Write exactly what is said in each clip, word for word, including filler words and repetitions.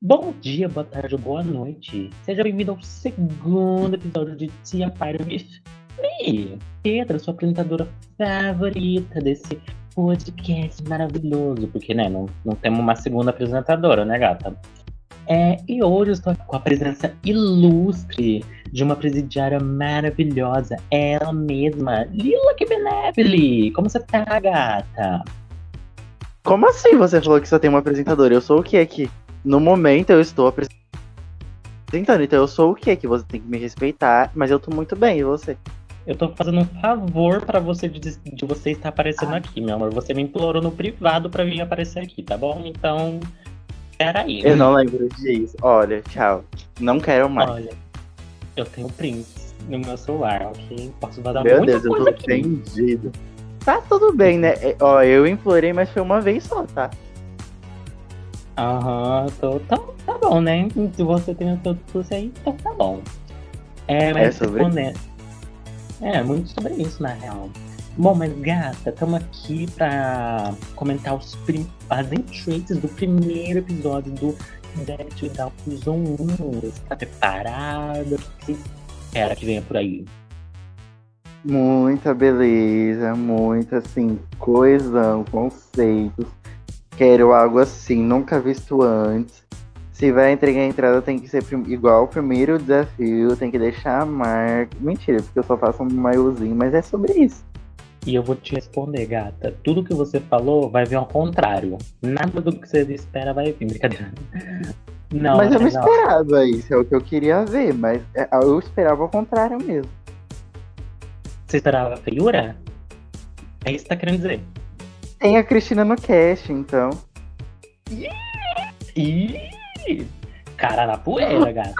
Bom dia, boa tarde, boa noite. Seja bem-vindo ao segundo episódio de Tia Empire with me, Pedro, sua apresentadora favorita desse podcast maravilhoso. Porque, né, não, não temos uma segunda apresentadora, né, gata? É, e hoje eu estou com a presença ilustre de uma presidiária maravilhosa, ela mesma, Lila Benevoli. Como você tá, gata? Como assim você falou que só tem uma apresentadora? Eu sou o que aqui? No momento eu estou apresentando, então eu sou o que que você tem que me respeitar, mas eu tô muito bem, e você? Eu tô fazendo um favor pra você de, de você estar aparecendo aqui, meu amor. Você me implorou no privado pra vir aparecer aqui, tá bom? Então, peraí. Eu não lembro disso. Olha, tchau. Não quero mais. Olha, eu tenho prints no meu celular, ok? Posso vazar Meu muita Deus, eu coisa tô aqui. ofendido. Tá tudo bem, né? É, Ó, eu implorei, mas foi uma vez só, tá? Aham, tô, tá, tá bom, né? Se você tem o seu discurso aí, então tá bom. É, mas É sobre respondendo. É, muito sobre isso, na real. Bom, mas gata, estamos aqui pra comentar os prim... as entries do primeiro episódio do Death Without Season um. Você tá preparada? O que você espera que venha por aí? muita beleza, muita assim, coesão, conceitos. Quero algo assim, nunca visto antes. Se vai entregar a entrada, tem que ser prim- igual o primeiro desafio, tem que deixar a marca. Mentira, porque eu só faço um maiozinho, mas é sobre isso. E eu vou te responder, gata. Tudo que você falou vai vir ao contrário. Nada do que você espera vai vir, brincadeira. Não, Mas eu não mas ó, esperava isso, é o que eu queria ver, mas é, eu esperava o contrário mesmo. você esperava a feiura? É isso que tá querendo dizer. Tem a Cristina no cast, então. Ih! Cara na poeira, gata.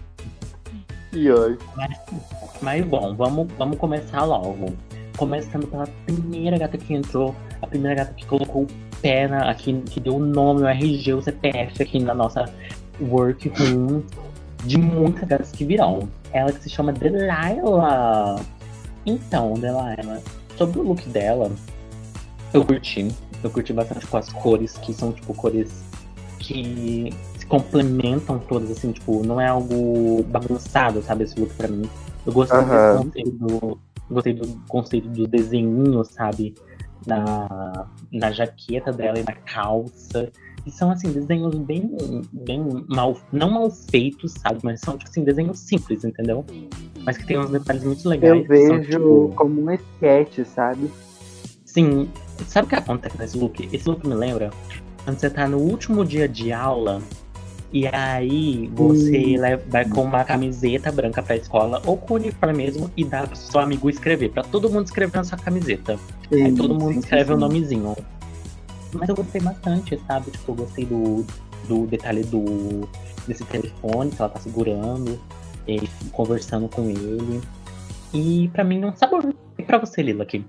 E olha. Mas bom, vamos, vamos começar logo. Começando pela primeira gata que entrou, a primeira gata que colocou o pé na, aqui, que deu o nome, o R G, o C P F aqui na nossa workroom, de muitas gatas que virão. Ela que se chama Delilah. Então, Delilah, sobre o look dela, eu curti. Eu curti bastante com as cores, que são tipo cores que se complementam todas, assim, tipo, não é algo bagunçado, sabe, esse look pra mim. Eu gostei desse Aham. conceito do. Gostei do conceito do desenho, sabe? Na, na jaqueta dela e na calça. E são, assim, desenhos bem, bem mal. Não mal feitos, sabe? Mas são, tipo assim, desenhos simples, entendeu? Mas que tem uns detalhes muito Eu legais. Que são, vejo tipo. como um sketch, sabe? Sim, sabe o que acontece nesse look? Esse look me lembra quando você tá no último dia de aula. E aí você Hum. leva, vai com uma camiseta branca pra escola ou com o uniforme mesmo e dá pro seu amigo escrever, pra todo mundo escrever na sua camiseta. Aí Sim, todo mundo sim, sim, escreve o sim. nomezinho. Mas eu gostei bastante, sabe? Tipo, eu gostei do, do detalhe do desse telefone que ela tá segurando, e conversando com ele. E pra mim é um sabor. E pra você, Lila, aqui?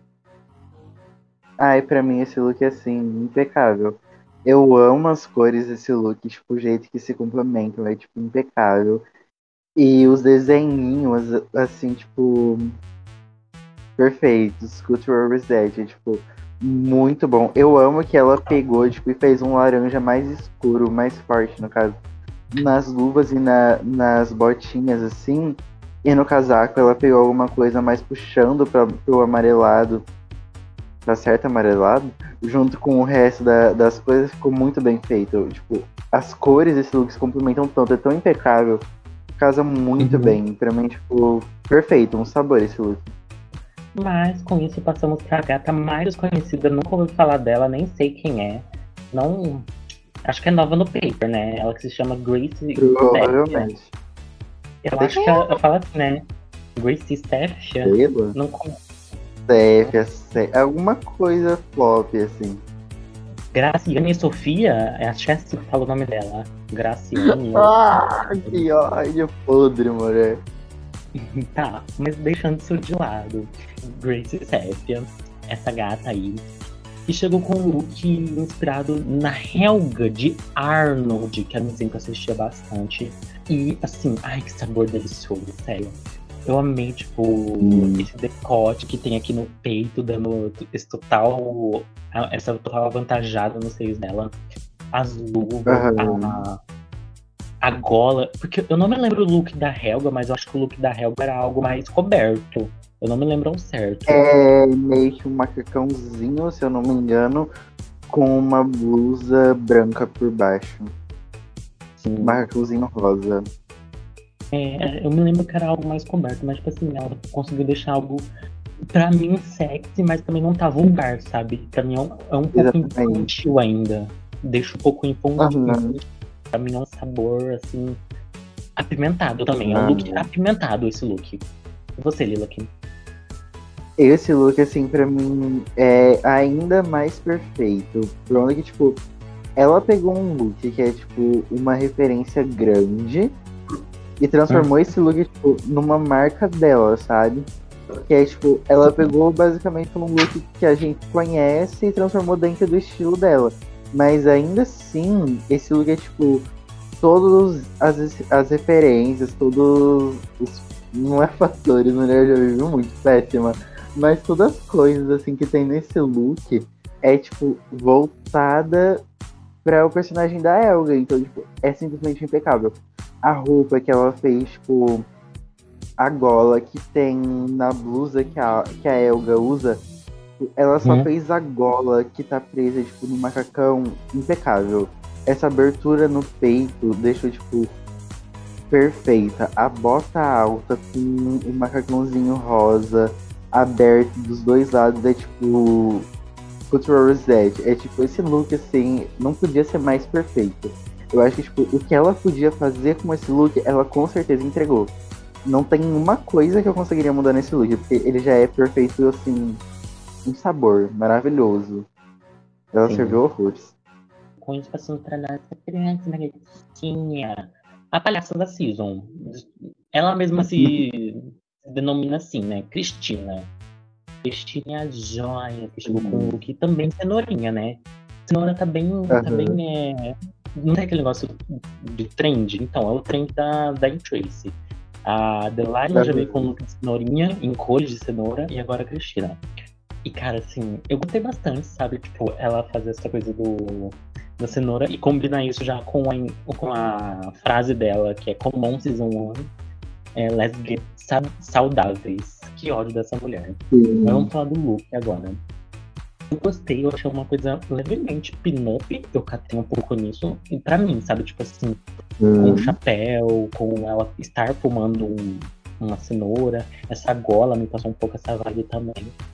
Ai, pra mim esse look é assim, impecável. Eu amo as cores desse look, tipo, o jeito que se complementam, é tipo impecável. E os desenhinhos, assim, tipo, perfeitos. Cultural Reset, tipo, muito bom. Eu amo que ela pegou, tipo, e fez um laranja mais escuro, mais forte, no caso, nas luvas e na, nas botinhas, assim. E no casaco ela pegou alguma coisa mais puxando para pro amarelado, pra certo amarelado, junto com o resto da, das coisas, ficou muito bem feito. Tipo, as cores desse look se complementam tanto, é tão impecável, casa muito Uhum. bem. Pra mim, tipo, perfeito, um sabor esse look. Mas com isso passamos pra gata mais desconhecida, nunca ouvi falar dela, nem sei quem é. Não. Acho que é nova no paper, né? Ela que se chama Grace Steffia. Provavelmente. Eu Sei acho quem que é ela, eu falo assim, né? Grace Steffia. ela? Não conheço. Steph, é alguma coisa flop, assim. Graciane Sofia, acho que é assim que fala o nome dela. Graciane. Ah, que ódio podre, mulher. Tá, mas deixando isso de lado. Grace Steffia, essa gata aí, que chegou com um look inspirado na Helga de Arnold, que era um desenho que eu assistia bastante. E assim, ai que sabor delicioso, sério. Eu amei, tipo, Hum. esse decote que tem aqui no peito, dando esse total. Essa total avantajada nos seios dela. As luvas, Aham. a, a gola. Porque eu não me lembro o look da Helga, mas eu acho que o look da Helga era algo mais coberto. Eu não me lembro ao certo. É meio que um macacãozinho, se eu não me engano, com uma blusa branca por baixo. Sim. Macacãozinho rosa. É, eu me lembro que era algo mais coberto, mas tipo assim, ela conseguiu deixar algo, pra mim, sexy, mas também não tá vulgar, sabe? Pra mim é um, é um pouco Exatamente. infantil ainda. Deixa um pouco infantil. Uhum. Pra mim é um sabor, assim, apimentado também. É um Uhum. look apimentado esse look. E você, Lila, aqui? Esse look, assim, pra mim, é ainda mais perfeito. Por onde que, tipo, ela pegou um look que é, tipo, uma referência grande e transformou Hum. esse look, tipo, numa marca dela, sabe? Que é, tipo, ela pegou basicamente um look que a gente conhece e transformou dentro do estilo dela. Mas ainda assim, esse look é, tipo, todas as, as referências, todos os. Não é fatores, mulher já vive muito péssima. Mas todas as coisas, assim, que tem nesse look é, tipo, voltada para o personagem da Helga. Então, tipo, é simplesmente impecável. A roupa que ela fez, tipo, a gola que tem na blusa que a, que a Helga usa, ela só Hum. fez a gola que tá presa, tipo, no macacão impecável. Essa abertura no peito deixou, tipo, perfeita. A bota alta com o macacãozinho rosa aberto dos dois lados é, tipo, Cultural Reset. É, tipo, esse look, assim, não podia ser mais perfeito. Eu acho que, tipo, o que ela podia fazer com esse look, ela com certeza entregou. Não tem uma coisa que eu conseguiria mudar nesse look, porque ele já é perfeito, assim, um sabor maravilhoso. Ela Sim. serviu horrores. Com isso, passando pra nossa criança bonitinha. A palhaça da season. Ela mesma se denomina assim, né? Cristina. Cristina é a joia, que chegou com o look também cenourinha, né? Cenoura tá bem. Uhum. Tá bem é... Não tem aquele negócio de trend? Então, é o trend da, da Tracy. A Adelaide já veio com o look de cenourinha, em cores de cenoura, e agora a Cristina. E, cara, assim, eu gostei bastante, sabe? Tipo, ela fazer essa coisa do, da cenoura e combinar isso já com a, com a frase dela, que é Common Season um, é, Let's get sa- saudáveis. Que ódio dessa mulher. Sim. Mas vamos falar do look agora. Eu gostei, eu achei uma coisa levemente pin-up, eu catei um pouco nisso. E pra mim, sabe? Tipo assim, Hum. com o chapéu, com ela estar fumando um, uma cenoura. Essa gola me passou um pouco essa vibe também.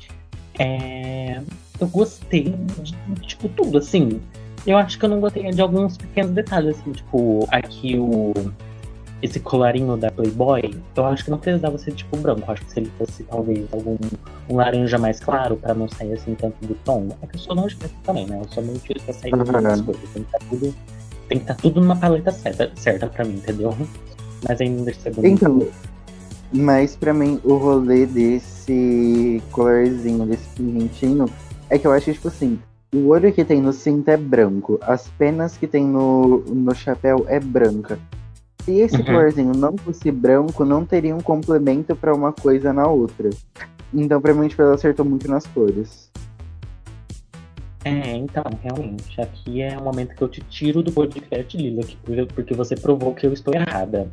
É... Eu gostei de, de, tipo, tudo, assim. Eu acho que eu não gostei de alguns pequenos detalhes, assim, tipo, aqui o... Esse colarinho da Playboy, eu acho que não precisava ser, tipo, branco. Eu acho que se ele fosse, talvez, algum um laranja mais claro, pra não sair, assim, tanto do tom. É que eu sou nojento também, né? Eu sou meio difícil pra sair das Uhum. coisas. Tem que estar tudo... Tem que estar tudo numa paleta certa, certa pra mim, entendeu? Mas ainda deixa ser bonito. Então, mas pra mim, o rolê desse colarzinho, desse pingentinho, é que eu acho que, tipo assim, o olho que tem no cinto é branco, as penas que tem no, no chapéu é branca. Se esse Uhum. colarzinho não fosse branco, não teria um complemento pra uma coisa na outra. Então, pra mim, tipo, ela acertou muito nas cores. É, então, realmente, aqui é o momento que eu te tiro do podcast, Lila, porque você provou que eu estou errada.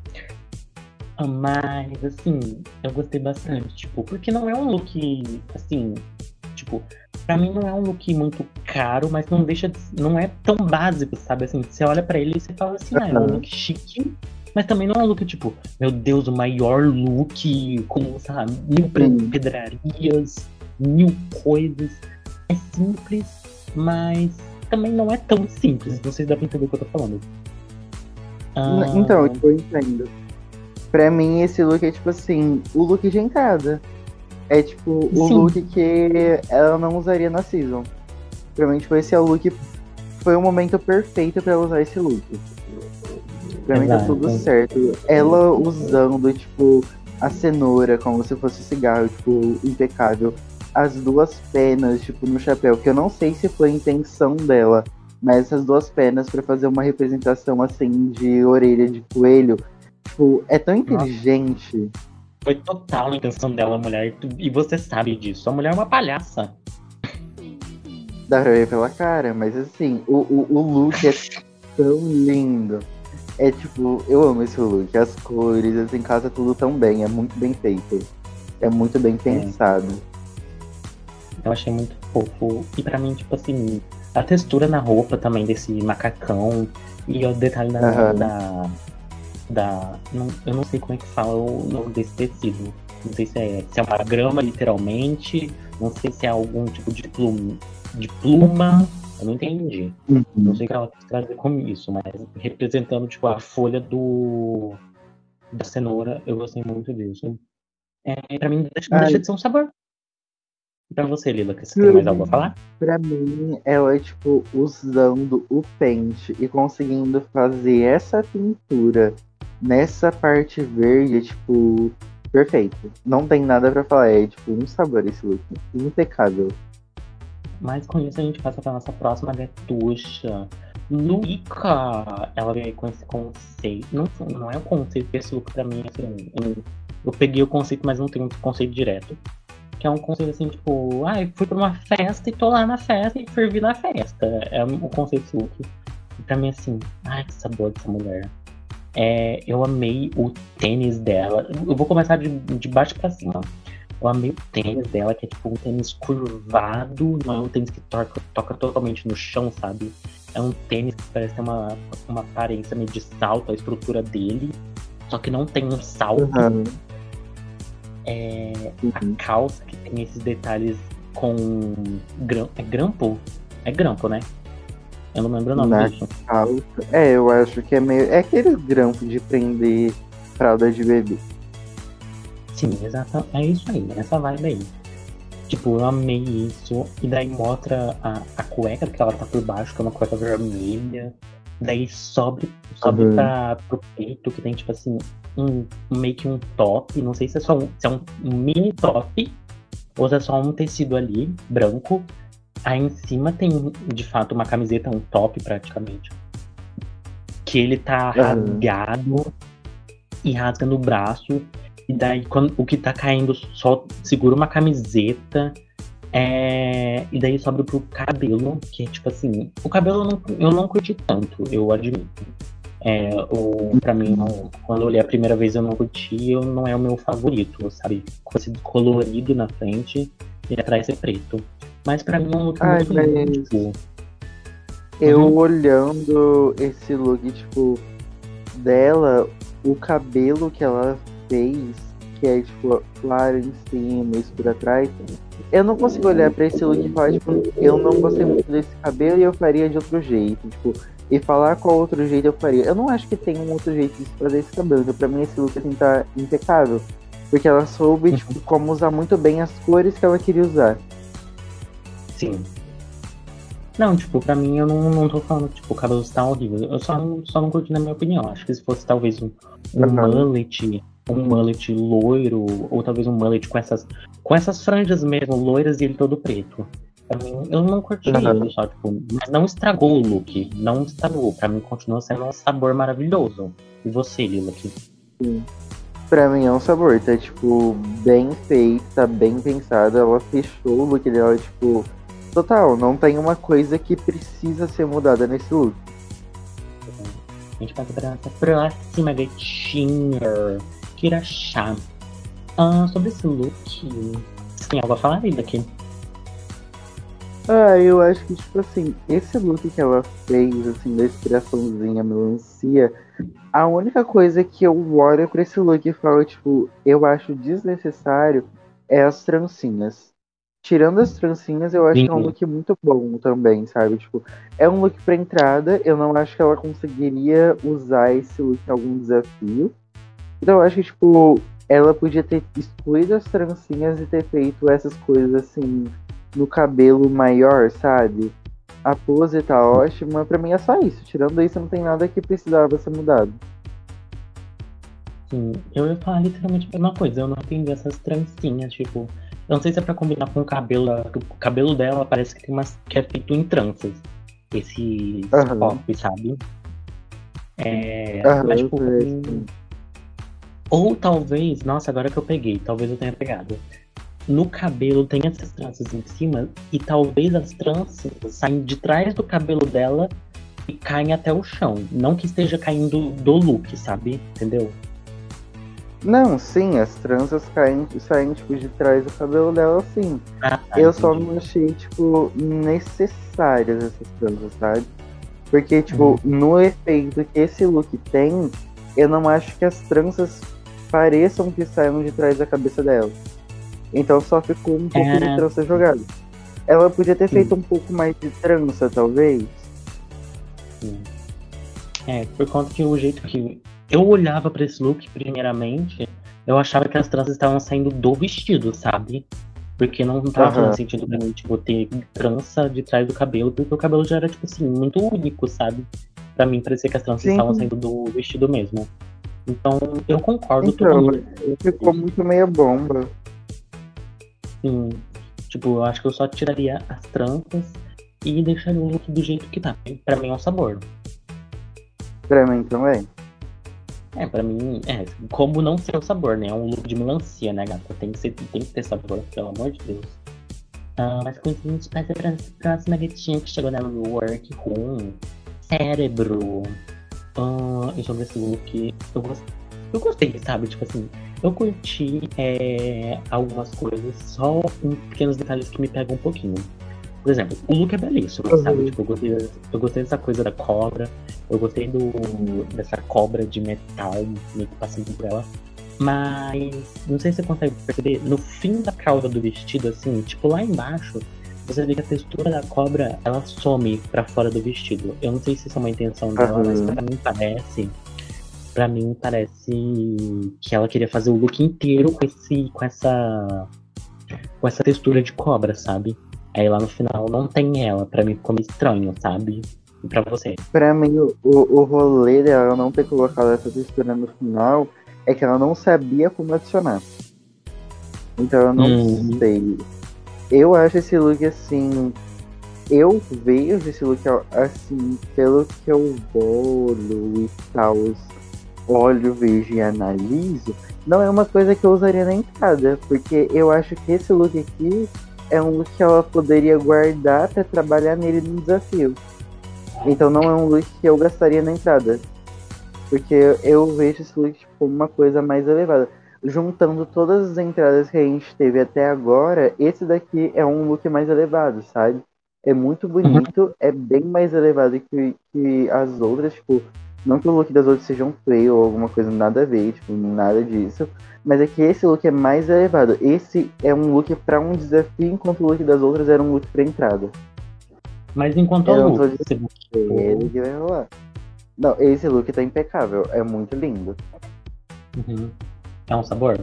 Mas, assim, eu gostei bastante, tipo, porque não é um look, assim, tipo, pra mim não é um look muito caro, mas não deixa de, não é tão básico, sabe? Assim, você olha pra ele e você fala assim, ah, é um look chique, mas também não é um look, tipo, meu Deus, o maior look, com, sabe, mil Sim. pedrarias, mil coisas. É simples, mas também não é tão simples, não sei se dá pra entender o que eu tô falando. Ah, Então, tipo, eu entendo. Pra mim, esse look é, tipo assim, o look de entrada. É, tipo, o sim. look que ela não usaria na season. Pra mim, tipo, esse é o look... Foi o momento perfeito pra ela usar esse look. Pra mim, tá Exato. tudo certo. Ela usando, tipo, a cenoura como se fosse cigarro, tipo, impecável. As duas penas, tipo, no chapéu, que eu não sei se foi a intenção dela, mas essas duas penas pra fazer uma representação, assim, de orelha de coelho, tipo, é tão inteligente. Foi total a intenção dela, mulher, e você sabe disso. A mulher é uma palhaça. Dá pra ver pela cara, mas assim, o, o, o look é tão lindo. É tipo, eu amo esse look. As cores, assim, casa tudo tão bem. É muito bem feito. É muito bem É, pensado. eu achei muito fofo. E pra mim, tipo assim, a textura na roupa também desse macacão e o detalhe da, Aham. da, da- não- eu não sei como é que fala o nome desse tecido. Não sei se é, se é uma grama, literalmente. Não sei se é algum tipo de pluma. De pluma. Eu não entendi. Não Uhum. sei o que ela quis trazer com isso, mas representando, tipo, a folha do, da cenoura, eu gostei muito disso. É, pra mim, deixa- não deixa Ai, de ser um sabor. E pra você, Lila, que você tem pra mais algo a mim, falar? pra mim, ela é tipo usando o pente e conseguindo fazer essa pintura nessa parte verde, é, tipo, perfeito. Não tem nada pra falar, é tipo um sabor esse look. Impecável. Mas com isso a gente passa pra nossa próxima gatucha. Luíca! Ela veio com esse conceito. Não, não é o conceito desse look pra mim, assim. Eu, eu peguei o conceito, mas não tenho um conceito direto. Que é um conceito assim, tipo, ai, fui pra uma festa e tô lá na festa e fervi na festa. É o conceito desse look. E pra mim, assim, ai, que sabor dessa mulher. É, eu amei o tênis dela. Eu vou começar de, de baixo pra cima. Eu amei o tênis dela, que é tipo um tênis curvado, não é um tênis que toca, toca totalmente no chão, sabe? É um tênis que parece ter uma, uma aparência meio de salto, a estrutura dele, só que não tem um salto. Aham. É, a Uhum. calça que tem esses detalhes com gram, é grampo? É grampo, né? Eu não lembro o nome Na disso. calça. É, eu acho que é meio. É aquele grampo de prender fralda de bebê. Sim, exato. É isso aí, essa vibe aí. Tipo, eu amei isso. E daí mostra a, a cueca que ela tá por baixo, que é uma cueca vermelha. Daí sobe, sobe Aham. pra, pro peito, que tem tipo assim, um, meio que um top. Não sei se é só um, se é um, um mini top ou se é só um tecido ali, branco. Aí em cima tem, de fato, uma camiseta, um top praticamente. Que ele tá Aham. rasgado e rasga no braço. E daí quando, o que tá caindo só segura uma camiseta. É, e daí sobe pro cabelo, que é tipo assim, o cabelo eu não, eu não curti tanto, eu admito. É, o, pra mim, não- quando eu olhei a primeira vez eu não curti, eu, não é o meu favorito, sabe? Com esse colorido na frente e atrás ser preto. Mas pra mim é um look Ai, muito lindo, mas tipo. eu Uhum, olhando esse look, tipo, dela, o cabelo que ela fez, que é, tipo, claro em cima, escuro atrás, eu não consigo olhar pra esse look e falar, tipo, eu não gostei muito desse cabelo e eu faria de outro jeito, tipo, e falar qual outro jeito eu faria. Eu não acho que tem um outro jeito de se fazer esse cabelo, então pra mim esse look, assim, tá impecável. Porque ela soube, tipo, uhum, como usar muito bem as cores que ela queria usar. sim. Não, tipo, pra mim eu não, não tô falando que tipo, o cabelo está horrível. Eu só não, só não curti na minha opinião. Acho que se fosse talvez um, um Aham. mullet, um mullet loiro, ou talvez um mullet com essas, com essas franjas mesmo, loiras e ele todo preto. Pra mim, eu não curti isso, Aham. só, tipo, mas não estragou o look. Não estragou. Pra mim continua sendo um sabor maravilhoso. E você, Lila, aqui? Sim. Pra mim é um sabor, tá tipo bem feito, tá bem pensado. Ela fechou o look dela, tipo, total, não tem uma coisa que precisa ser mudada nesse look. A gente passa pra nossa próxima gatinha, Kirachá. Ah, sobre esse look, você tem algo a falar, Lila, aqui? Ah, eu acho que, tipo assim, esse look que ela fez, assim, da inspiraçãozinha melancia, a única coisa que eu olho pra esse look e falo, tipo, eu acho desnecessário é as trancinhas. Tirando as trancinhas, eu acho que é um Sim. look muito bom também, sabe? Tipo, é um look pra entrada, eu não acho que ela conseguiria usar esse look em algum desafio. Então eu acho que, tipo, ela podia ter excluído as trancinhas e ter feito essas coisas assim no cabelo maior, sabe? A pose tá ótima, pra mim é só isso. Tirando isso, não tem nada que precisava ser mudado. Sim, eu ia falar literalmente a mesma coisa. Eu não entendi essas trancinhas, tipo. Eu não sei se é pra combinar com o cabelo. da- O cabelo dela parece que tem umas. Que é feito em tranças. Esses Aham, pop, sabe? É, mas, aham, tipo, pra mim. assim. Ou talvez. Nossa, agora que eu peguei. Talvez eu tenha pegado. No cabelo tem essas tranças em cima. E talvez as tranças saem de trás do cabelo dela. que caem até o chão. Não que esteja caindo do look, sabe? Entendeu? Não, sim, as tranças caem, saem, tipo, de trás do cabelo dela, sim. Ah, tá, Eu só entendi. não achei, tipo, necessárias essas tranças, sabe? Porque, tipo, Uhum. no efeito que esse look tem, eu não acho que as tranças pareçam que saem de trás da cabeça dela. Então só ficou um pouco de É, trança jogada. Ela podia ter sim, feito um pouco mais de trança, talvez. sim. É, por conta que o jeito que eu olhava pra esse look, primeiramente, eu achava que as tranças estavam saindo do vestido, sabe? Porque não tava fazendo Aham. sentido pra mim, tipo, ter trança de trás do cabelo, porque o cabelo já era, tipo assim, muito único, sabe? Pra mim parecia que as tranças estavam Sim, saindo do vestido mesmo. Então, eu concordo então, totalmente com ficou isso. muito meia bomba. Sim, tipo, eu acho que eu só tiraria as tranças e deixaria o look do jeito que tá. Pra mim é um sabor. Pra mim também. É, pra mim, é, como não ser o sabor, né? É um look de melancia, né, gata? Tem que, ser, tem que ter sabor, pelo amor de Deus. Ah, mas com isso a gente passa pra próxima gatinha que chegou na Workroom. Cérebro. Ah, e sobre esse look, eu, gost... eu gostei, sabe? Tipo assim, eu curti é, algumas coisas, só em pequenos detalhes que me pegam um pouquinho. Por exemplo, o look é belíssimo, sabe? Uhum. Tipo, eu gostei, eu gostei dessa coisa da cobra, eu gostei do, dessa cobra de metal meio que passando por ela. Mas não sei se você consegue perceber, no fim da cauda do vestido, assim, tipo lá embaixo, você vê que a textura da cobra ela some pra fora do vestido. Eu não sei se isso é uma intenção dela, mas Aham. pra mim parece. Pra mim parece que ela queria fazer o look inteiro com esse, com essa com essa textura de cobra, sabe? Aí lá no final não tem ela, pra mim ficou meio estranho, sabe? E pra você? Pra mim, o, o rolê dela não ter colocado essa textura no final é que ela não sabia como adicionar. Então eu não Hum, sei. Eu acho esse look assim. Eu vejo esse look assim, pelo que eu bolo e tal, olho, vejo e analiso, não é uma coisa que eu usaria na entrada, porque eu acho que esse look aqui é um look que ela poderia guardar pra trabalhar nele no desafio. Então não é um look que eu gastaria na entrada. Porque eu, eu vejo esse look tipo, como uma coisa mais elevada. Juntando todas as entradas que a gente teve até agora, esse daqui é um look mais elevado, sabe? É muito uhum. bonito, é bem mais elevado que, que as outras, tipo, não que o look das outras sejam feio ou alguma coisa, nada a ver, tipo, nada disso. Mas é que esse look é mais elevado. Esse é um look para um desafio, enquanto o look das outras era um look para entrada. Mas enquanto ao Eu não tô look, dizendo você ele gostou? que vai rolar. Não, esse look tá impecável, é muito lindo. Uhum. É um sabor?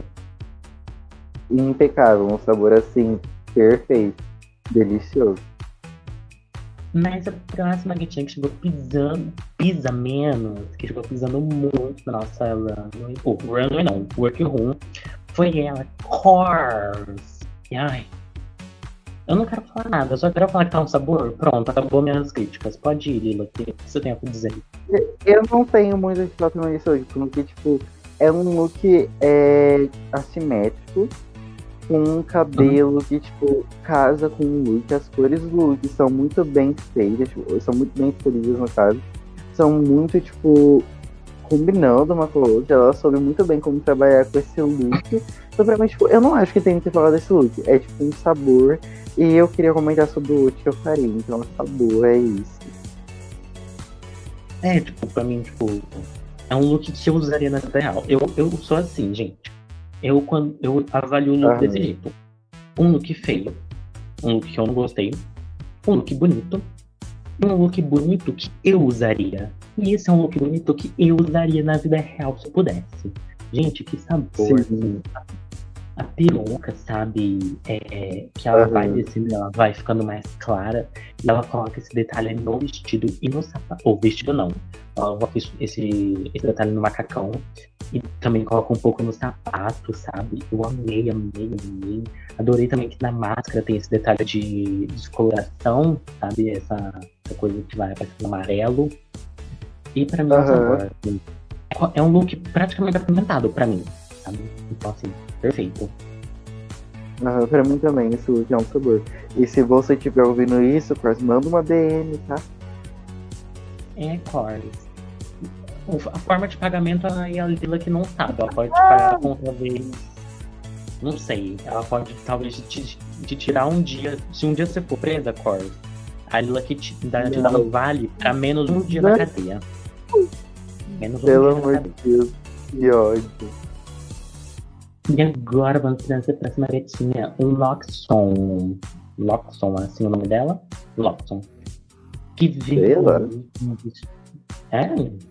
Impecável, um sabor assim, perfeito, delicioso. Mas a próxima gatinha que chegou pisando, pisa menos, que chegou pisando muito na nossa runway, oh, runway não, workroom, foi ela, Cors. E ai, eu não quero falar nada, eu só quero falar que tá um sabor. Pronto, acabou minhas críticas. Pode ir, Lila, o que você tem a dizer? Eu não tenho muito o que falar também isso hoje, porque, tipo, é um look é, assimétrico, com um Uhum. cabelo que, tipo, casa com o look. As cores do look são muito bem feitas, tipo, são muito bem escolhidas no caso. São muito, tipo, combinando uma com a outra. Ela soube muito bem como trabalhar com esse look. Então, pra mim, tipo, eu não acho que tem que falar desse look. É, tipo, um sabor. E eu queria comentar sobre o look que eu faria. Então, sabor, é isso. É, tipo, pra mim, tipo, é um look que eu usaria na vida real. Eu, eu sou assim, gente. Eu, quando, eu avalio o look desse Aham. jeito. Um look feio, um look que eu não gostei, um look bonito, e um look bonito que eu usaria. E esse é um look bonito que eu usaria na vida real se eu pudesse. Gente, que sabor, Sim. assim. A peruca, sabe? É, que ela vai Aham. descendo, ela vai ficando mais clara. E ela coloca esse detalhe no vestido e no sapato. Ou vestido não. Ela coloca esse, esse detalhe no macacão. E também coloca um pouco no sapato, sabe? Eu amei, amei, amei. Adorei também que na máscara tem esse detalhe de descoloração, sabe? Essa, essa coisa que vai aparecendo amarelo. E pra mim é um Aham. sabor. Assim. É um look praticamente apimentado pra mim, sabe? Então, assim, perfeito. Aham, pra mim também, esse look é um sabor. E se você estiver ouvindo isso, quase manda uma D M, tá? É, Corlys. A forma de pagamento aí a Lila que não sabe. Ela pode te pagar com talvez. Não sei. Ela pode talvez te, te tirar um dia. Se um dia você for presa, Corlys, a Lila que te dá, te dá um vale pra menos um dia na cadeia. Menos um Pelo dia amor na de cadeia. Deus, que ódio. E agora vamos para essa próxima gatinha, Loxon. Loxon, assim o nome dela? Loxon. Que Sei lá. veio. É?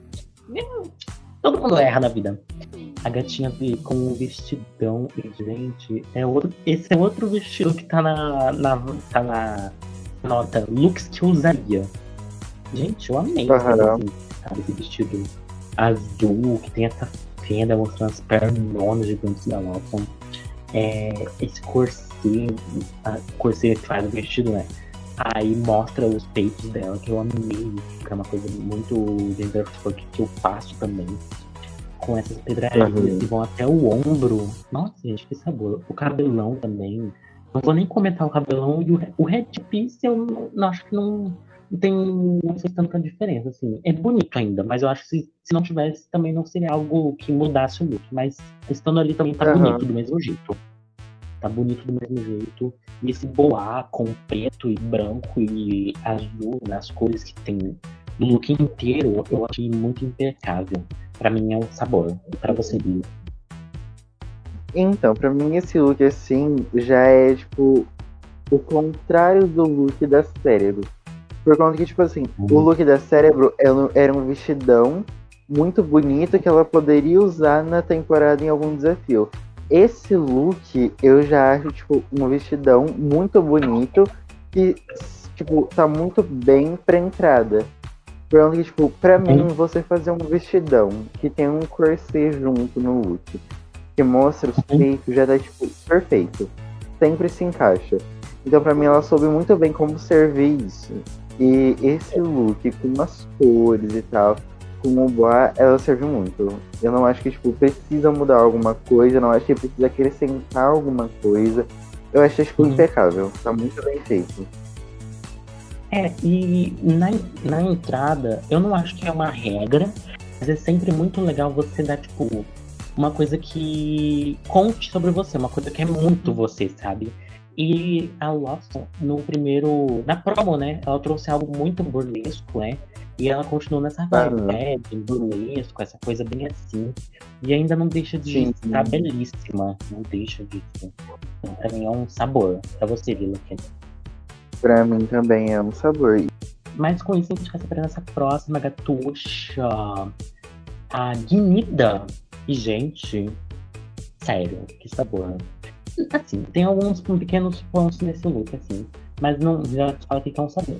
Todo mundo erra na vida. A gatinha veio com um vestidão. E, gente, é outro, esse é outro vestido que tá na, na, tá na nota. Looks que eu usaria. Gente, eu amei Uhum. esse, assim, sabe, esse vestido azul, que tem essa fenda mostrando as pernonas gigantes da Loxon. É, esse corset, a corset que faz o vestido, né? Aí mostra os peitos dela, que eu amei, que é uma coisa muito genderfuck que eu faço também. Com essas pedrarias Uhum. que vão até o ombro. Nossa, gente, que sabor. O cabelão também. Não vou nem comentar o cabelão e o, o headpiece eu não, não acho que não, não tem não sei tanta diferença, assim. É bonito ainda, mas eu acho que se, se não tivesse também não seria algo que mudasse o look. Mas estando ali também tá Uhum. bonito do mesmo jeito. Tá bonito do mesmo jeito. E esse boá com preto e branco e azul nas cores que tem no look inteiro, eu achei muito impecável. Pra mim é um sabor. E pra você, Bia? Então, pra mim esse look assim já é tipo o contrário do look da Cérebro. Por conta que, tipo assim, Hum. o look da Cérebro era um vestidão muito bonito que ela poderia usar na temporada em algum desafio. Esse look eu já acho, tipo, um vestidão muito bonito que, tipo, tá muito bem pra entrada. Por conta que, tipo, pra mim, você fazer um vestidão que tem um corset junto no look, que mostra os Uhum. peitos, já tá, tipo, perfeito. Sempre se encaixa. Então, pra mim, ela soube muito bem como servir isso. E esse look, com as cores e tal, com o boa, ela serviu muito. Eu não acho que, tipo, precisa mudar alguma coisa, eu não acho que precisa acrescentar alguma coisa. Eu achei, tipo, Uhum. impecável. Tá muito bem feito. É, e na, na entrada, eu não acho que é uma regra, mas é sempre muito legal você dar, tipo, uma coisa que conte sobre você, uma coisa que é muito você, sabe? E a Lawson, no primeiro. Na promo, né? Ela trouxe algo muito burlesco, né? E ela continuou nessa vibe, Aham. né? De burlesco, essa coisa bem assim. E ainda não deixa de Sim. estar belíssima. Não deixa disso. Então, pra mim é um sabor. Pra você, Vila. Pra mim também é um sabor. Mas com isso a gente vai saber nessa próxima gatuxa. A Guinida. E, gente, sério, que sabor. Assim, tem alguns pequenos pontos nesse look, assim. Mas não já fala que é um sabor.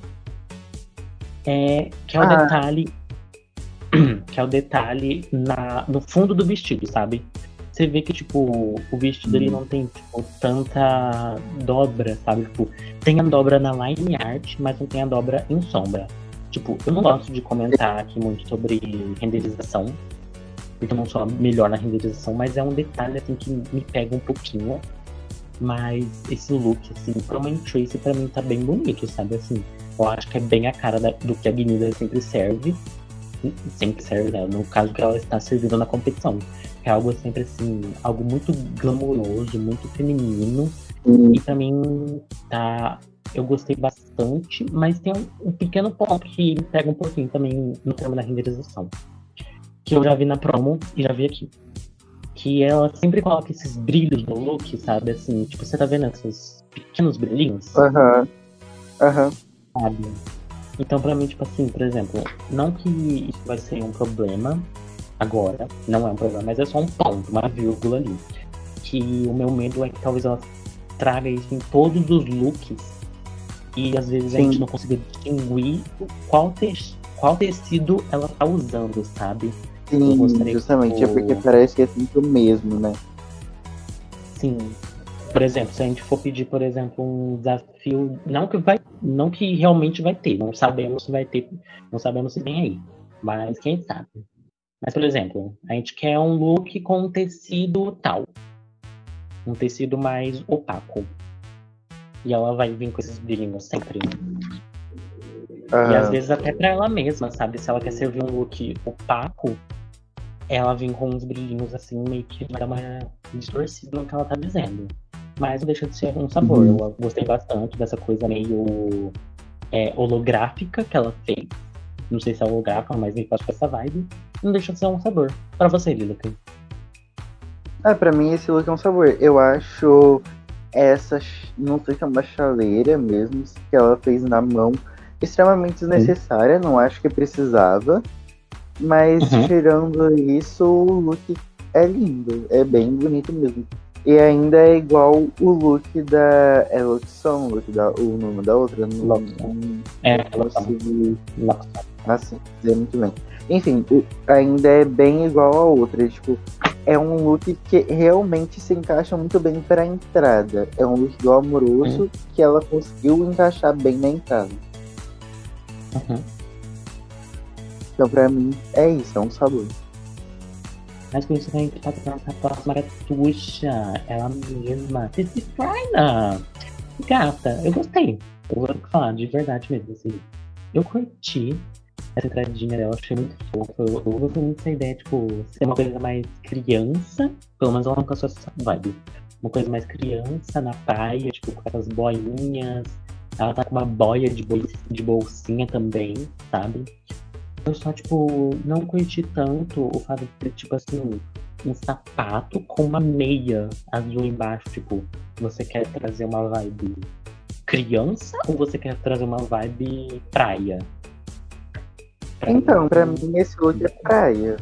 É, que é o Ah. detalhe. Que é o detalhe na, no fundo do vestido, sabe? Você vê que, tipo, o vestido ele não tem, tipo, tanta dobra, sabe? Tipo, tem a dobra na line art, mas não tem a dobra em sombra. Tipo, eu não gosto de comentar aqui muito sobre renderização, porque eu não sou a melhor na renderização, mas é um detalhe, assim, que me pega um pouquinho. Mas esse look, assim, pra uma Tracy, pra mim tá bem bonito, sabe? Assim, eu acho que é bem a cara da, do que a Guinida sempre serve. Sempre serve, né? No caso que ela está servindo na competição. É algo sempre assim, algo muito glamouroso, muito feminino. Hum. E pra mim, tá. Eu gostei bastante, mas tem um, um pequeno ponto que me pega um pouquinho também no termo da renderização. Que eu já vi na promo e já vi aqui. Que ela sempre coloca esses brilhos no look, sabe? Assim, tipo, você tá vendo esses pequenos brilhinhos? Aham. Aham. Sabe? Então, pra mim, tipo assim, por exemplo, não que isso vai ser um problema agora, não é um problema, mas é só um ponto, uma vírgula ali. Que o meu medo é que talvez ela traga isso em todos os looks e às vezes Sim. a gente não consiga distinguir qual, te qual tecido ela tá usando, sabe? Sim, justamente, que, é porque parece que é sempre o mesmo, né? Sim. Por exemplo, se a gente for pedir, por exemplo, um desafio, não que vai, não que realmente vai ter, não sabemos se vai ter, não sabemos se vem aí, mas quem sabe. Mas, por exemplo, a gente quer um look com um tecido tal, um tecido mais opaco, e ela vai vir com esses brilhinhos sempre. E às Aham. vezes até pra ela mesma, sabe? Se ela quer servir um look opaco, ela vem com uns brilhinhos assim, meio que vai dar uma distorcida no que ela tá dizendo. Mas não deixa de ser um sabor. Uhum. Eu gostei bastante dessa coisa meio é, holográfica que ela fez. Não sei se é holográfica, mas meio que com essa vibe. Não deixa de ser um sabor. Pra você, Lilica. Ah, pra mim esse look é um sabor. Eu acho essa, ch- não sei se é uma chaleira mesmo, que ela fez na mão, extremamente desnecessária, não acho que precisava. Mas Uhum. tirando isso, o look é lindo, é bem bonito mesmo. E ainda é igual o look da. É Luxon, o look da. O nome da outra? Não, Loxão. não, É, não Loxão. consegui Loxão. assim dizer muito bem. Enfim, o- ainda é bem igual a outra. Tipo, é um look que realmente se encaixa muito bem para a entrada. É um look glamouroso Uhum. que ela conseguiu encaixar bem na entrada. Uhum. Então, pra mim, é isso, é um sabor. Mas com isso a gente tá trazendo a próxima gatuxa. Ela mesma. Cici Frina. Gata, eu gostei. Eu vou falar de verdade mesmo, assim. Eu curti essa entradinha dela, achei muito fofa. Eu, eu gostei muito dessa ideia, tipo, ser uma coisa mais criança. Pelo menos ela não cansou essa vibe. Uma coisa mais criança na praia, tipo, com aquelas boinhas. Ela tá com uma boia de, boi, de bolsinha também, sabe? Eu só, tipo, não curti tanto o fato de ter, tipo assim, um sapato com uma meia azul embaixo. Tipo, você quer trazer uma vibe criança ou você quer trazer uma vibe praia? Pra Então, pra mim, mim, esse look é praia.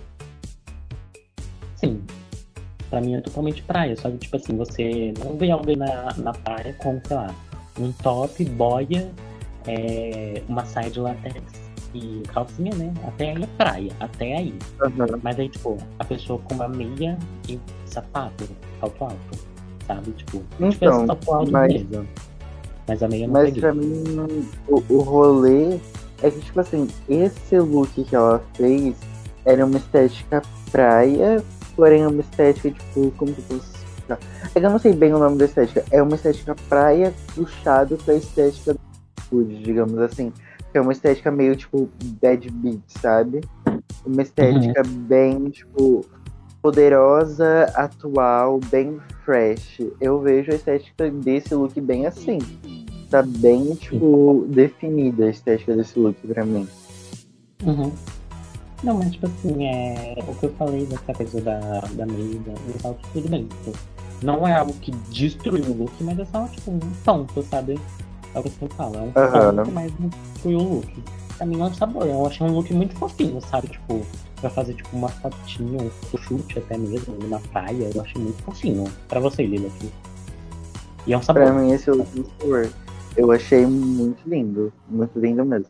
sim. Pra mim é totalmente praia. Só que, tipo assim, você não vê alguém na, na praia com, sei lá, um top, boia, é, uma saia de latex e calcinha, né? Até aí é praia. Até aí. Aham. Mas aí, tipo, a pessoa com uma meia e sapato, salto alto, sabe? Tipo, se tivesse Então, salto alto, mas, beleza. Mas a meia eu não mas peguei. pra mim, o, o rolê é que, tipo assim, esse look que ela fez era uma estética praia, porém uma estética, tipo, como que eu posso explicar? É que eu não sei bem o nome da estética. É uma estética praia puxado pra estética do food, digamos assim. Que é uma estética meio, tipo, bad beat, sabe? Uma Uhum. estética bem, tipo, poderosa, atual, bem fresh. Eu vejo a estética desse look bem assim. Tá bem, Sim. tipo, definida a estética desse look pra mim. Uhum. Não, mas tipo assim, é... o que eu falei dessa coisa da, da meia, do salto, tudo bem. Tipo, não é algo que destruiu o look, mas é só, tipo, um ponto, sabe? É o que eu sempre falo, é um ponto, Aham. mas não destruiu o look. Pra mim é um sabor, eu achei um look muito fofinho, sabe? Tipo, pra fazer tipo uma fotinha, um photoshoot até mesmo, numa praia, eu achei muito fofinho. Pra você, Lila, aqui. E é um Pra sabor. mim, esse look do Sword, eu achei muito lindo. Muito lindo mesmo.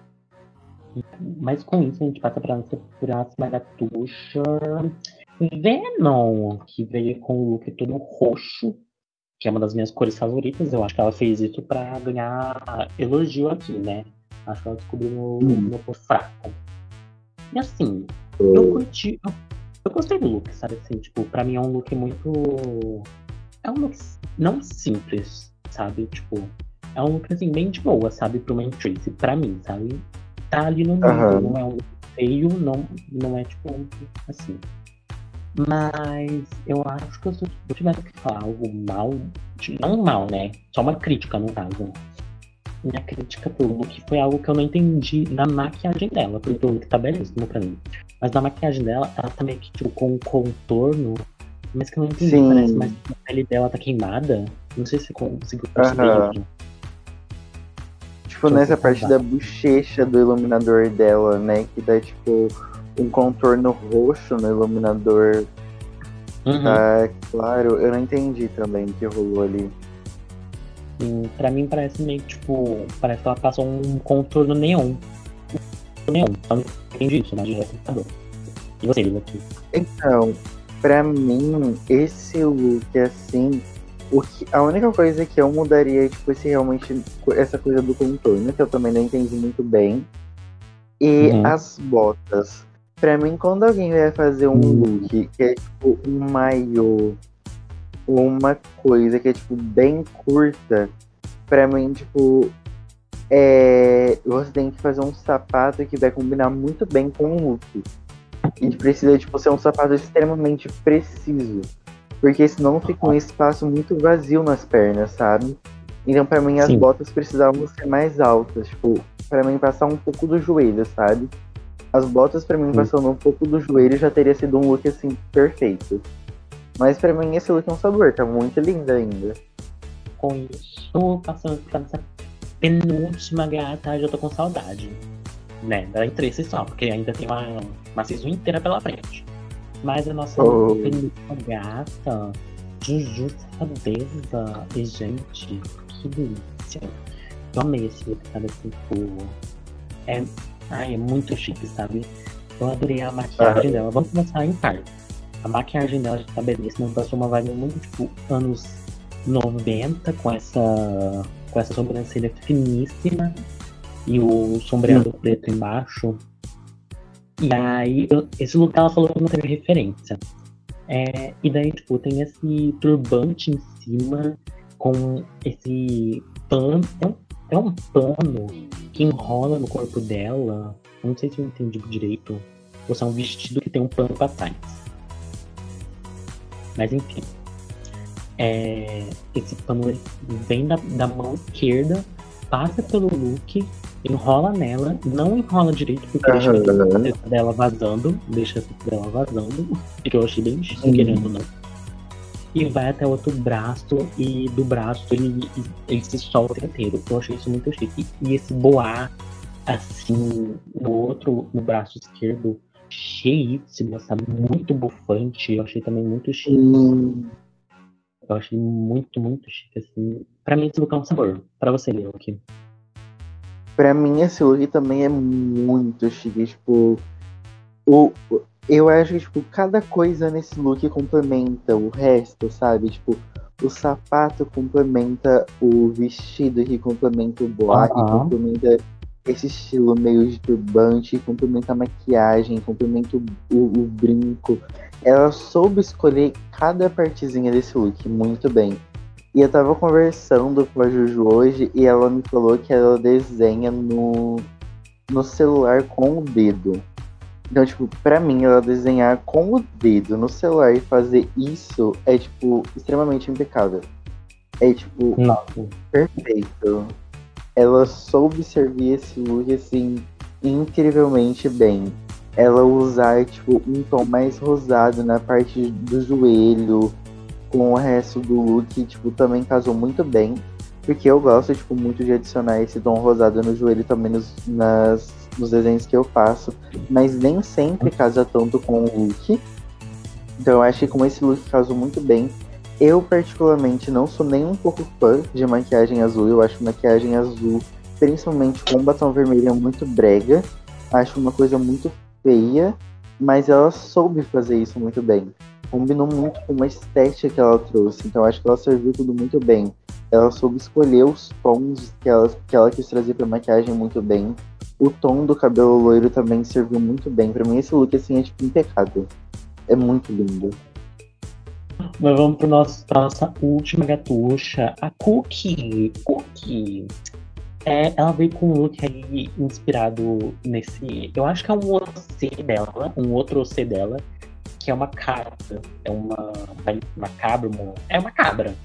Mas com isso a gente passa pra nossa próxima gatucha. Venom, que veio com o look todo roxo, que é uma das minhas cores favoritas. Eu acho que ela fez isso pra ganhar elogio aqui, né? Acho que ela descobriu meu, Hum. meu ponto fraco. E assim, eu curti. Eu, eu gostei do look, sabe? Assim, tipo, pra mim é um look muito. É um look não simples, sabe? Tipo, é um look assim, bem de boa, sabe? Pro main Tracy, pra mim, sabe? Tá ali no nível, não Aham. é um look feio, não, não é tipo assim. Mas eu acho que se eu tivesse que falar algo mal, não mal, né? Só uma crítica no caso. Minha crítica pro look foi algo que eu não entendi na maquiagem dela, porque o look tá belíssimo pra mim. Mas na maquiagem dela, ela tá meio que tipo, com um contorno, mas que eu não entendi. Parece mais Sim. que a pele dela tá queimada. Não sei se você conseguiu perceber Aham. isso. Tipo, Deixa eu nessa colocar um parte da vaso. bochecha do iluminador dela, né? Que dá, tipo, um contorno roxo no iluminador. Uhum. Tá claro. Eu não entendi também o que rolou ali. E pra mim parece meio que tipo. Parece que ela passou um contorno neon. Neon. Eu não entendi isso, mas é computador. E você, Lila, aqui? Então, pra mim, esse look, assim, o que, a única coisa que eu mudaria é, tipo, se realmente essa coisa do contorno, que eu também não entendi muito bem, e Uhum. as botas. Pra mim, quando alguém vai fazer um Hum. look que é, tipo, um maiô, uma coisa que é, tipo, bem curta, pra mim, tipo, é, você tem que fazer um sapato que vai combinar muito bem com o look. A gente precisa, tipo, ser um sapato extremamente preciso. Porque senão fica um espaço muito vazio nas pernas, sabe? Então, pra mim, as Sim. botas precisavam ser mais altas. Tipo, pra mim, passar um pouco do joelho, sabe? As botas, pra mim, Sim. passando um pouco do joelho, já teria sido um look, assim, perfeito. Mas pra mim, esse look é um sabor. Tá muito lindo ainda. Com isso, passando pra essa penúltima gata, já tô com saudade. Né? Da interesse só, porque ainda tem uma, uma season inteira pela frente. Mas a nossa Oh. penúltima gata, Juju Safadeza. E, gente, que delícia. Eu amei esse look, sabe? Assim, tipo, é, ai, é muito chique, sabe? Eu adorei a maquiagem dela. Vamos começar em parte. A maquiagem dela já tá belíssima. Passou uma vibe muito, tipo, anos noventa, com essa, com essa sobrancelha finíssima e o sombreado hum. preto embaixo. E aí, eu, esse look ela falou que não teve referência. É, e daí, tipo, tem esse turbante em cima com esse pano. É um, é um pano que enrola no corpo dela. Eu não sei se eu entendi direito. Ou se é um vestido que tem um pano pra trás. Mas enfim. É, esse pano vem da, da mão esquerda, passa pelo look, enrola nela, não enrola direito porque uhum. deixa a testa dela vazando, deixa a testa dela vazando, que eu achei bem chique, querendo ou não. E vai até o outro braço, e do braço ele, ele se solta inteiro. Eu achei isso muito chique. E esse boar, assim, no outro, no braço esquerdo, cheíssimo, sabe? Muito bufante, eu achei também muito chique. Hum. Eu achei muito, muito chique, assim. Pra mim, esse look é um sabor. Pra você, Leo, aqui. Pra mim, esse look também é muito chique. Tipo, o, eu acho que, tipo, cada coisa nesse look complementa o resto, sabe? Tipo, o sapato complementa o vestido, que complementa o boa, que Uhum. complementa esse estilo meio de turbante, complementa a maquiagem, complementa o, o, o brinco. Ela soube escolher cada partezinha desse look muito bem. E eu tava conversando com a Juju hoje e ela me falou que ela desenha no, no celular com o dedo. Então, tipo, pra mim, ela desenhar com o dedo no celular e fazer isso é, tipo, extremamente impecável. É, tipo, Nossa. perfeito. Ela soube servir esse look, assim, incrivelmente bem. Ela usar, tipo, um tom mais rosado na parte do joelho, com o resto do look, tipo, também casou muito bem. Porque eu gosto, tipo, muito de adicionar esse tom rosado no joelho também nos, nas, nos desenhos que eu faço. Mas nem sempre casa tanto com o look. Então eu acho que com esse look casou muito bem. Eu, particularmente, não sou nem um pouco fã de maquiagem azul. Eu acho maquiagem azul, principalmente com batom vermelho, é muito brega. Acho uma coisa muito feia. Mas ela soube fazer isso muito bem. Combinou muito com uma estética que ela trouxe. Então acho que ela serviu tudo muito bem. Ela soube escolher os tons que ela, que ela quis trazer pra maquiagem muito bem. O tom do cabelo loiro também serviu muito bem. Pra mim esse look assim é tipo impecável. É muito lindo. Mas vamos pro nosso, pra nossa última gatucha, a Cookie. Cookie. É, ela veio com um look aí inspirado nesse... Eu acho que é um outro C dela, um outro C dela, que é uma cabra. É uma, uma cabra, uma, é uma cabra.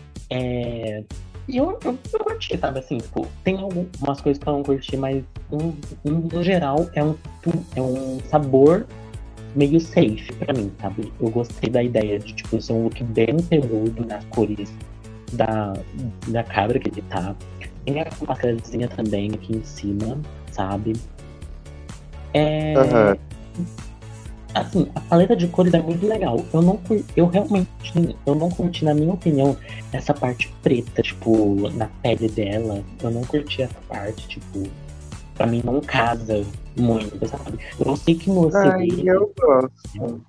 É, e eu, eu, eu curti, sabe, assim, tipo, tem algumas coisas que eu não curti, mas um, um, no geral é um, é um sabor meio safe pra mim, sabe? Eu gostei da ideia de, tipo, ser um look bem peludo nas cores da, da cabra que ele tá. Tem a máscarazinha também aqui em cima, sabe? É... Uhum. Assim, a paleta de cores é muito legal. Eu não curti, eu realmente, eu não curti, na minha opinião, essa parte preta, tipo, na pele dela. Eu não curti essa parte, tipo, pra mim não casa muito, sabe? Eu sei que no Ai, C D... eu gosto.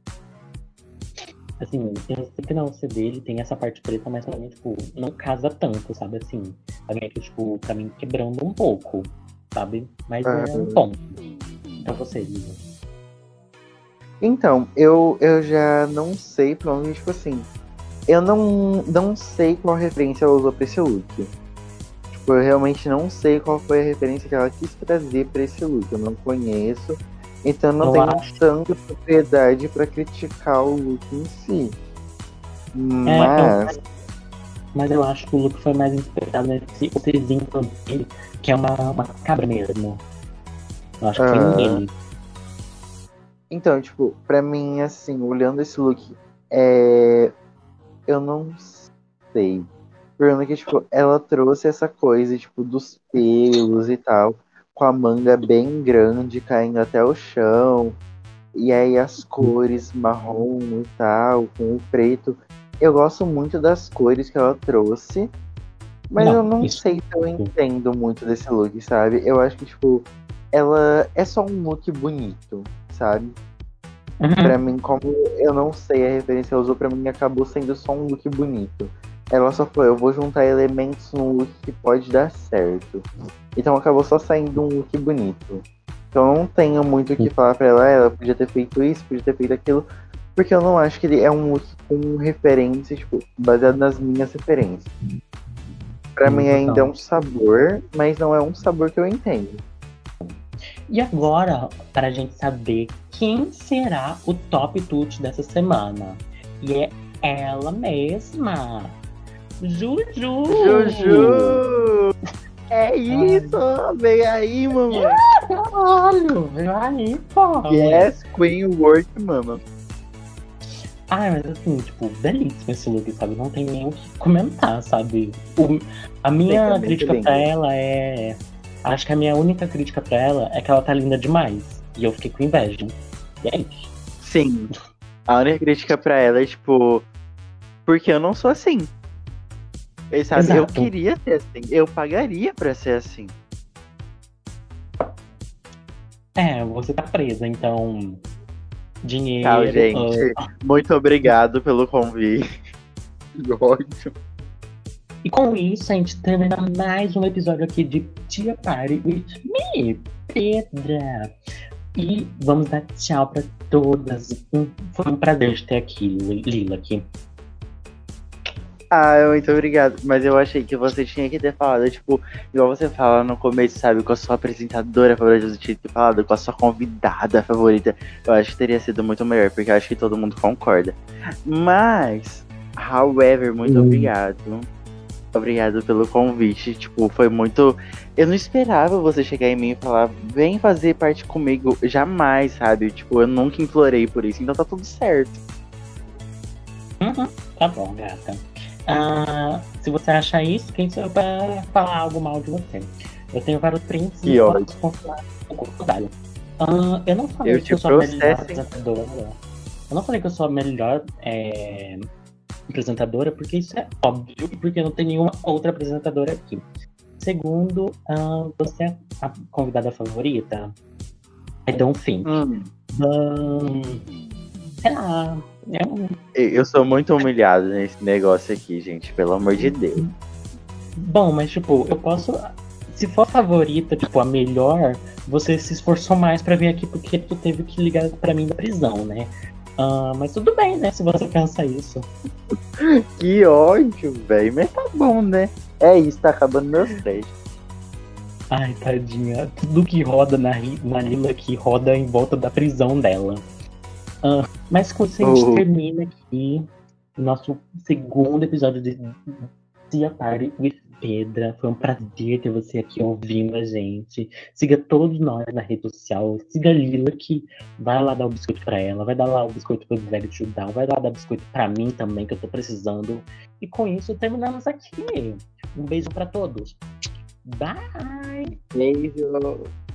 Assim, eu sei que no C D ele tem essa parte preta, mas pra mim, tipo, não casa tanto, sabe? Assim, pra mim, aqui, tipo, pra mim quebrando um pouco, sabe? Mas Uhum. é um ponto. Pra você, Lisa. Então, eu, eu já não sei pra onde, tipo assim, eu não, não sei qual referência ela usou pra esse look. Tipo, Tipo, eu realmente não sei qual foi a referência que ela quis trazer pra esse look. Eu não conheço. Então eu não Eu tenho acho. tanta propriedade pra criticar o look em si. É, eu, Mas. mas eu acho que o look foi mais inspirado nesse ocezinho dele, que é uma, uma cabra mesmo. Eu acho que foi ah, nele. Então, tipo, pra mim, assim, olhando esse look, é... eu não sei. Porque, que, tipo, ela trouxe essa coisa, tipo, dos pelos e tal, com a manga bem grande, caindo até o chão. E aí as cores marrom e tal, com o preto. Eu gosto muito das cores que ela trouxe, mas eu Não, não isso. sei se eu entendo muito desse look, sabe? Eu acho que, tipo, ela é só um look bonito, sabe? Pra Uhum. mim, como eu não sei a referência que ela usou, pra mim acabou sendo só um look bonito. Ela só falou, eu vou juntar elementos num look que pode dar certo. Então acabou só saindo um look bonito. Então eu não tenho muito o que falar pra ela, "Ah, ela podia ter feito isso, podia ter feito aquilo, porque eu não acho que ele é um look com referências, tipo, baseado nas minhas referências. Pra Sim, mim ainda é total. um sabor, mas não é um sabor que eu entendo. E agora, para a gente saber quem será o top tut dessa semana. E é ela mesma, Juju! Juju! É Ai, isso! Vem aí, mamãe! caralho, veio aí, pô. Yes, Queen Work, mama. Ai, mas assim, tipo, belíssimo esse look, sabe? Não tem nem o que comentar, sabe? O- a Fica minha muito crítica pra lindo. ela é. Acho que a minha única crítica pra ela é que ela tá linda demais. E eu fiquei com inveja. E é isso. Sim. A única crítica pra ela é, tipo, porque eu não sou assim. E, sabe, eu Exato. queria ser assim. Eu pagaria pra ser assim. É, você tá presa, então. Tchau, Dinheiro. gente. ah. Muito obrigado pelo convite. Que ódio. E com isso, a gente termina mais um episódio aqui de Tia Party with Me, Pedra. E vamos dar tchau pra todas. Um- Foi um prazer te ter aqui, Lila, aqui. Ah, muito obrigado. Mas eu achei que você tinha que ter falado, tipo, igual você fala no começo, sabe, com a sua apresentadora favorita, você tinha que ter falado com a sua convidada favorita. Eu acho que teria sido muito melhor, porque eu acho que todo mundo concorda. Mas, however, muito Hum. obrigado. Obrigado pelo convite. Tipo, foi muito. Eu não esperava você chegar em mim e falar, vem fazer parte comigo. Jamais, sabe? Tipo, eu nunca implorei por isso, então tá tudo certo. Uhum, tá bom, gata. Ah, se você achar isso, quem sou eu pra falar algo mal de você? Eu tenho vários prints e Que ódio. posso confirmar o contrário. Ah, eu não falei Eu que te eu sou a melhor processo, hein? apresentadora. Eu não falei que eu sou a melhor é, apresentadora, porque isso é óbvio, porque não tem nenhuma outra apresentadora aqui. Segundo, ah, você é a convidada favorita? I don't think. Hum. Hum, sei lá. Eu, Eu sou muito humilhado nesse negócio aqui, gente, pelo amor de Deus. bom, mas tipo, eu posso. Se for a favorita, tipo, a melhor, você se esforçou mais pra vir aqui porque tu teve que ligar pra mim da prisão, né? Ah, mas tudo bem, né? Se você pensa isso. Que ódio, velho. Mas tá bom, né? É isso, tá acabando meus créditos. Ai, tadinha. Tudo que roda na, Ri- na Lila que roda em volta da prisão dela. Ah, mas com isso a gente Oh, termina aqui o nosso segundo episódio de Tia Party with Pedra. Foi um prazer ter você aqui ouvindo a gente. Siga todos nós na rede social. Siga a Lila, que vai lá dar o biscoito pra ela. Vai dar lá o biscoito pro velho Judão. Vai lá dar biscoito pra mim também, que eu tô precisando. E com isso terminamos aqui. Um beijo pra todos. Bye! beijo.